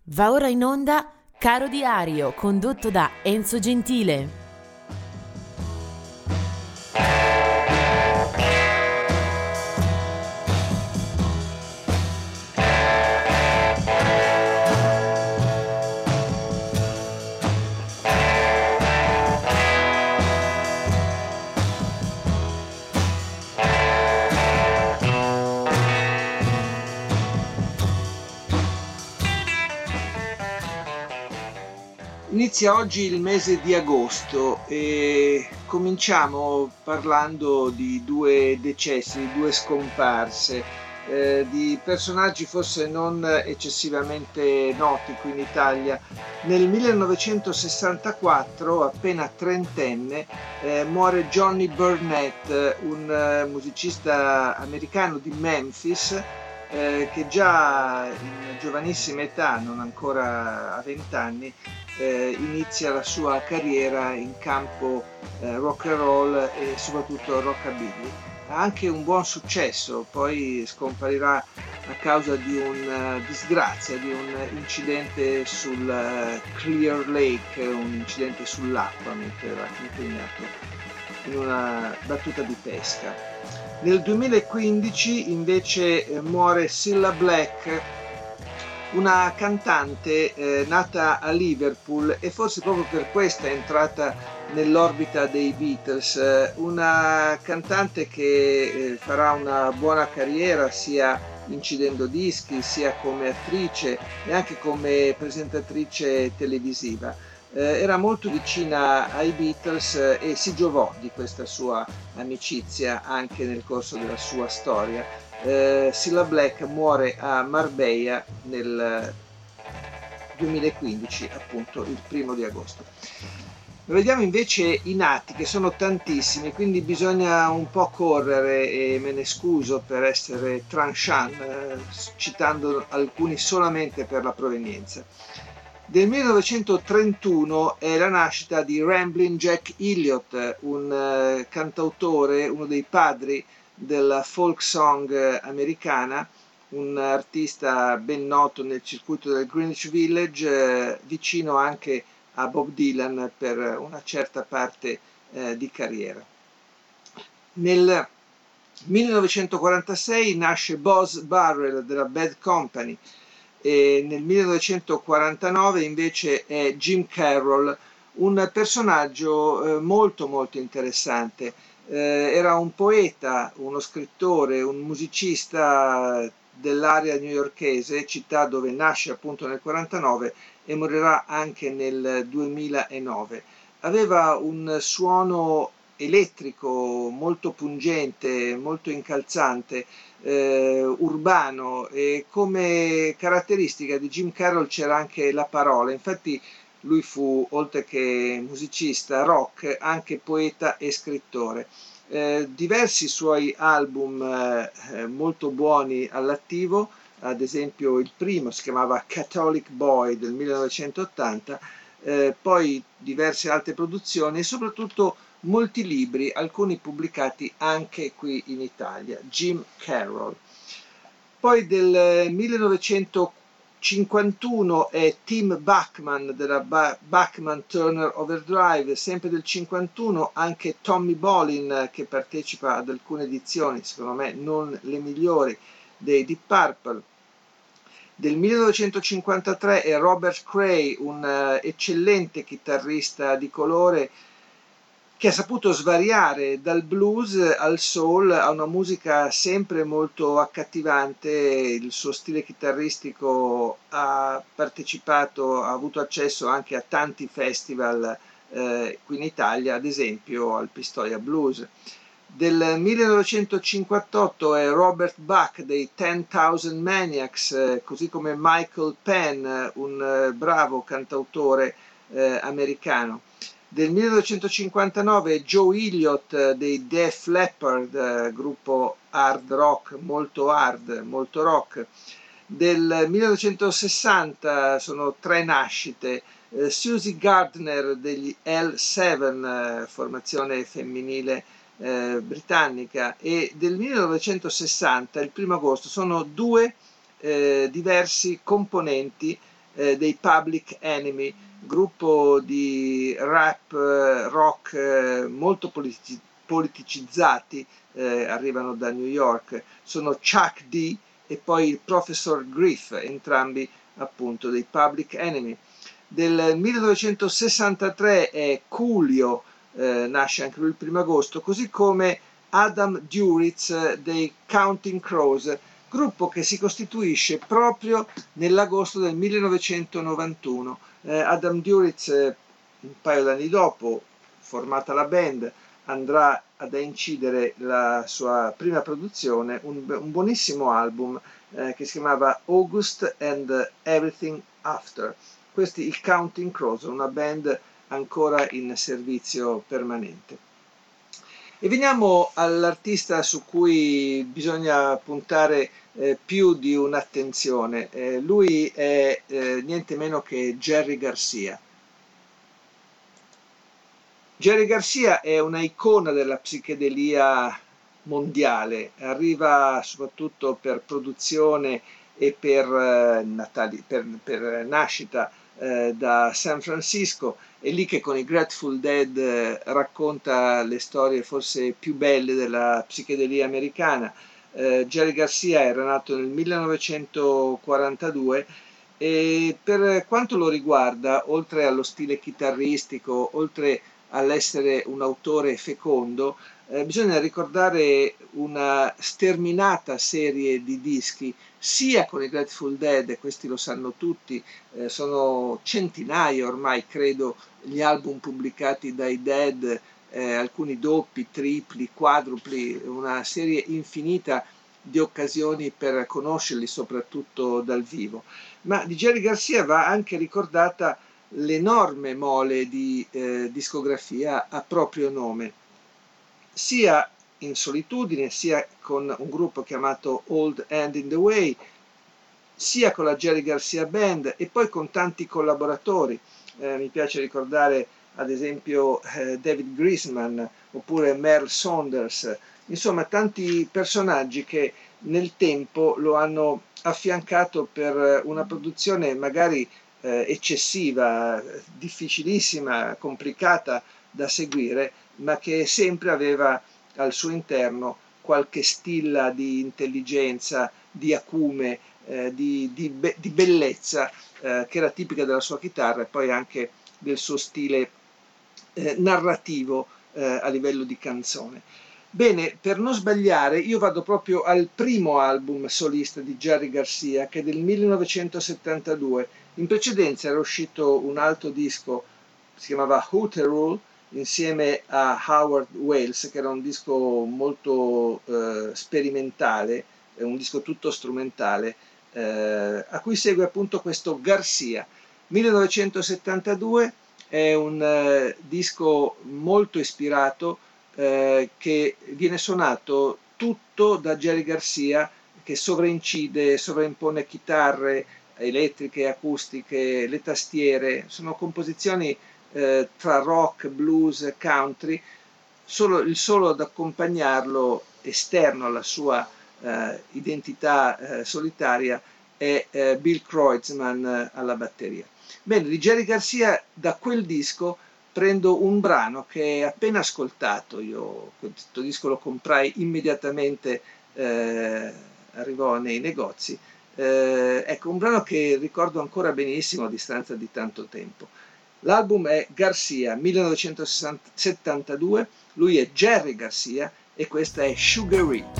Va ora in onda Caro Diario, condotto da Enzo Gentile. Inizia oggi il mese di agosto e cominciamo parlando di due decessi, di due scomparse, di personaggi forse non eccessivamente noti qui in Italia. Nel 1964, appena trentenne, muore Johnny Burnett, un musicista americano di Memphis, che già in giovanissima età, non ancora a 20 anni, inizia la sua carriera in campo rock and roll e soprattutto rockabilly. Ha anche un buon successo, poi scomparirà a causa di una disgrazia, di un incidente sul Clear Lake, un incidente sull'acqua mentre era impegnato in una battuta di pesca. Nel 2015 invece muore Cilla Black, una cantante nata a Liverpool e forse proprio per questo è entrata nell'orbita dei Beatles, una cantante che farà una buona carriera sia incidendo dischi, sia come attrice e anche come presentatrice televisiva. Era molto vicina ai Beatles e si giovò di questa sua amicizia anche nel corso della sua storia. Cilla Black muore a Marbella nel 2015, appunto il 1° agosto. Vediamo invece i nati, che sono tantissimi, quindi bisogna un po' correre e me ne scuso per essere tranchant, citando alcuni solamente per la provenienza. Del 1931 è la nascita di Ramblin' Jack Elliott, un cantautore, uno dei padri della folk song americana, un artista ben noto nel circuito del Greenwich Village, vicino anche a Bob Dylan per una certa parte di carriera. Nel 1946 nasce Buzz Burrell della Bad Company e nel 1949 invece è Jim Carroll, un personaggio molto interessante. Era un poeta, uno scrittore, un musicista dell'area newyorkese, città dove nasce appunto nel 49 e morirà anche nel 2009. Aveva un suono elettrico molto pungente, molto incalzante, urbano, e come caratteristica di Jim Carroll c'era anche la parola. Infatti lui fu, oltre che musicista rock, anche poeta e scrittore. Diversi suoi album molto buoni all'attivo, ad esempio il primo si chiamava Catholic Boy del 1980, poi diverse altre produzioni e soprattutto molti libri, alcuni pubblicati anche qui in Italia. Jim Carroll. Poi del 1951 è Tim Bachman della Bachman Turner Overdrive, sempre del 51 anche Tommy Bolin, che partecipa ad alcune edizioni, secondo me non le migliori, dei Deep Purple. Del 1953 è Robert Cray, un eccellente chitarrista di colore che ha saputo svariare dal blues al soul a una musica sempre molto accattivante. Il suo stile chitarristico ha partecipato, ha avuto accesso anche a tanti festival qui in Italia, ad esempio al Pistoia Blues. Del 1958 è Robert Buck dei 10,000 Maniacs, così come Michael Penn, un bravo cantautore americano. Del 1959 Joe Elliott dei Def Leppard, gruppo hard rock, molto hard, molto rock. Del 1960 sono 3 nascite, Susie Gardner degli L7, formazione femminile britannica, e del 1960, il 1° agosto, sono 2 diversi componenti dei Public Enemy, gruppo di rap rock molto politicizzati, arrivano da New York, sono Chuck D e poi il Professor Griff, entrambi appunto dei Public Enemy. Del 1963 è Coolio, nasce anche lui il 1 agosto, così come Adam Duritz dei Counting Crows, gruppo che si costituisce proprio nell'agosto del 1991. Adam Duritz, un paio d'anni dopo, formata la band, andrà ad incidere la sua prima produzione, un buonissimo album che si chiamava August and Everything After. Questi il Counting Crows, una band ancora in servizio permanente. E veniamo all'artista su cui bisogna puntare più di un'attenzione. Lui è niente meno che Jerry Garcia. Jerry Garcia è una icona della psichedelia mondiale, arriva soprattutto per produzione e per nascita da San Francisco. È lì che con i Grateful Dead racconta le storie forse più belle della psichedelia americana. Jerry Garcia era nato nel 1942 e per quanto lo riguarda, oltre allo stile chitarristico, oltre all'essere un autore fecondo, bisogna ricordare una sterminata serie di dischi, sia con i Grateful Dead, e questi lo sanno tutti, sono centinaia ormai, credo, gli album pubblicati dai Dead, alcuni doppi, tripli, quadrupli, una serie infinita di occasioni per conoscerli, soprattutto dal vivo. Ma di Jerry Garcia va anche ricordata l'enorme mole di discografia a proprio nome, sia in solitudine, sia con un gruppo chiamato Old Hand in the Way, sia con la Jerry Garcia Band e poi con tanti collaboratori. Mi piace ricordare ad esempio David Grisman oppure Merle Saunders, insomma tanti personaggi che nel tempo lo hanno affiancato per una produzione magari eccessiva, difficilissima, complicata da seguire, ma che sempre aveva al suo interno qualche stilla di intelligenza, di acume, di bellezza che era tipica della sua chitarra e poi anche del suo stile narrativo a livello di canzone. Bene, per non sbagliare, io vado proprio al primo album solista di Jerry Garcia, che è del 1972. In precedenza era uscito un altro disco, si chiamava Hooterul, insieme a Howard Wales, che era un disco molto sperimentale, un disco tutto strumentale, a cui segue appunto questo Garcia. 1972 è un disco molto ispirato, che viene suonato tutto da Jerry Garcia, che sovraimpone chitarre elettriche, acustiche, le tastiere. Sono composizioni tra rock, blues, country. Il solo ad accompagnarlo, esterno alla sua identità solitaria, è Bill Kreutzmann alla batteria. Bene, di Jerry Garcia, da quel disco prendo un brano che appena ascoltato, io questo disco lo comprai immediatamente, arrivò nei negozi, ecco, un brano che ricordo ancora benissimo a distanza di tanto tempo. L'album è Garcia, 1972, lui è Jerry Garcia e questa è Sugaree.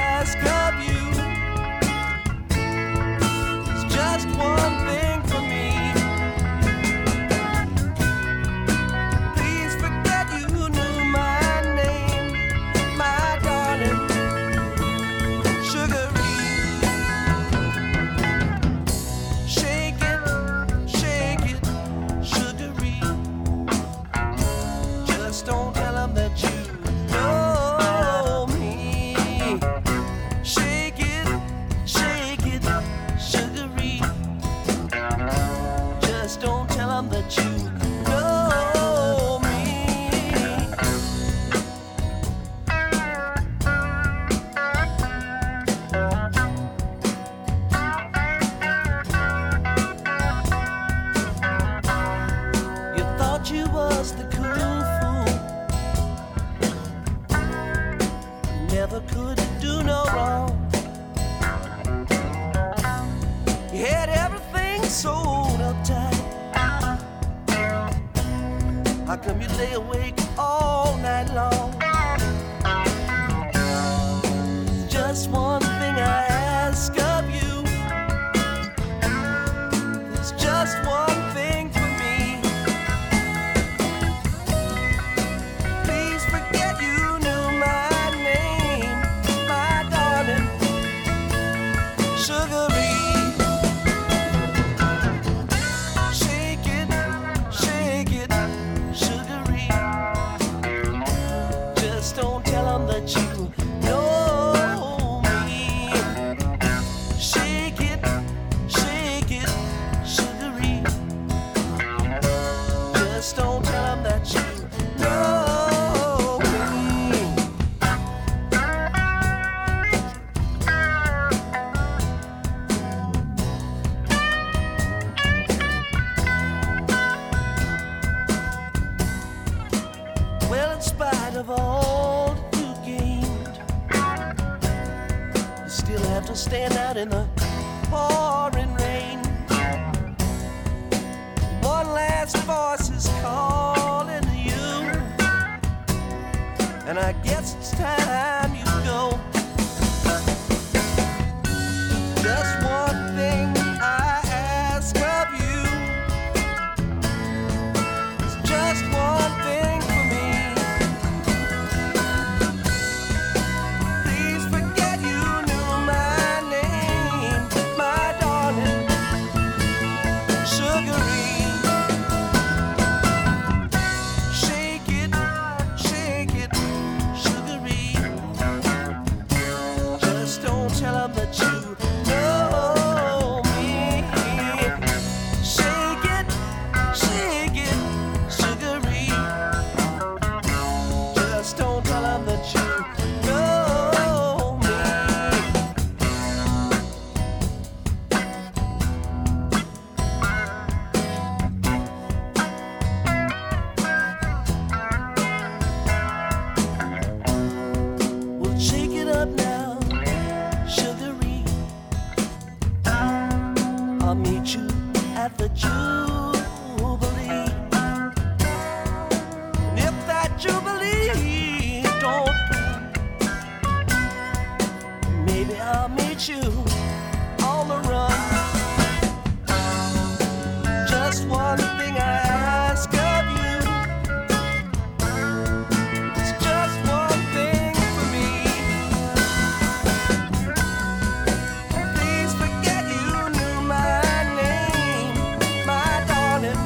Just one thing for me. 'em that you know me. You thought you was the cool fool, never could do no wrong. You had everything sold up tight. How come you lay awake all night long? Just one thing I ask of you. There's just one thing for me. Please forget you knew my name, my darling, Sugaree. Shake it, Sugaree. Just don't tell 'em that you know me. Shake it, Sugaree. Just don't tell 'em that you know me. Well, in spite of all you gained, you still have to stand out in the pouring rain. One last voice is calling you, and I guess it's time you go. Just one thing I ask of you. It's just one thing for me. Please forget you knew my name, my darling, Sugaree. Shake it, Sugaree. Just don't tell 'em that you know me. Shake it, Sugaree. Just don't tell 'em that you know me. Well, shake it up now, Sugaree. I'll meet you at the Jubilee. And if that Jubilee don't come, maybe I'll meet you on the run. Just one thing I ask of you. It's just one thing for me. Please forget you knew my name, my darling,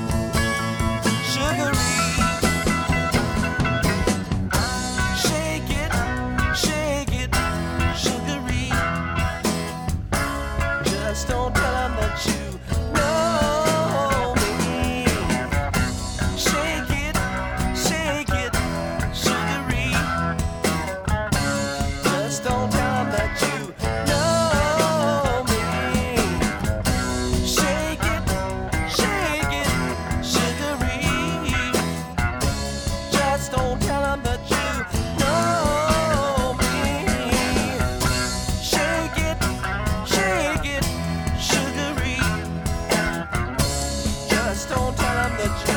Sugaree. Shake it, Sugaree. Just don't tell 'em that you know me. Shake it, Sugaree. Just don't tell 'em that you know me. Shake it, Sugaree. Just don't tell 'em that you know me. Shake it, Sugaree. Just don't tell 'em that you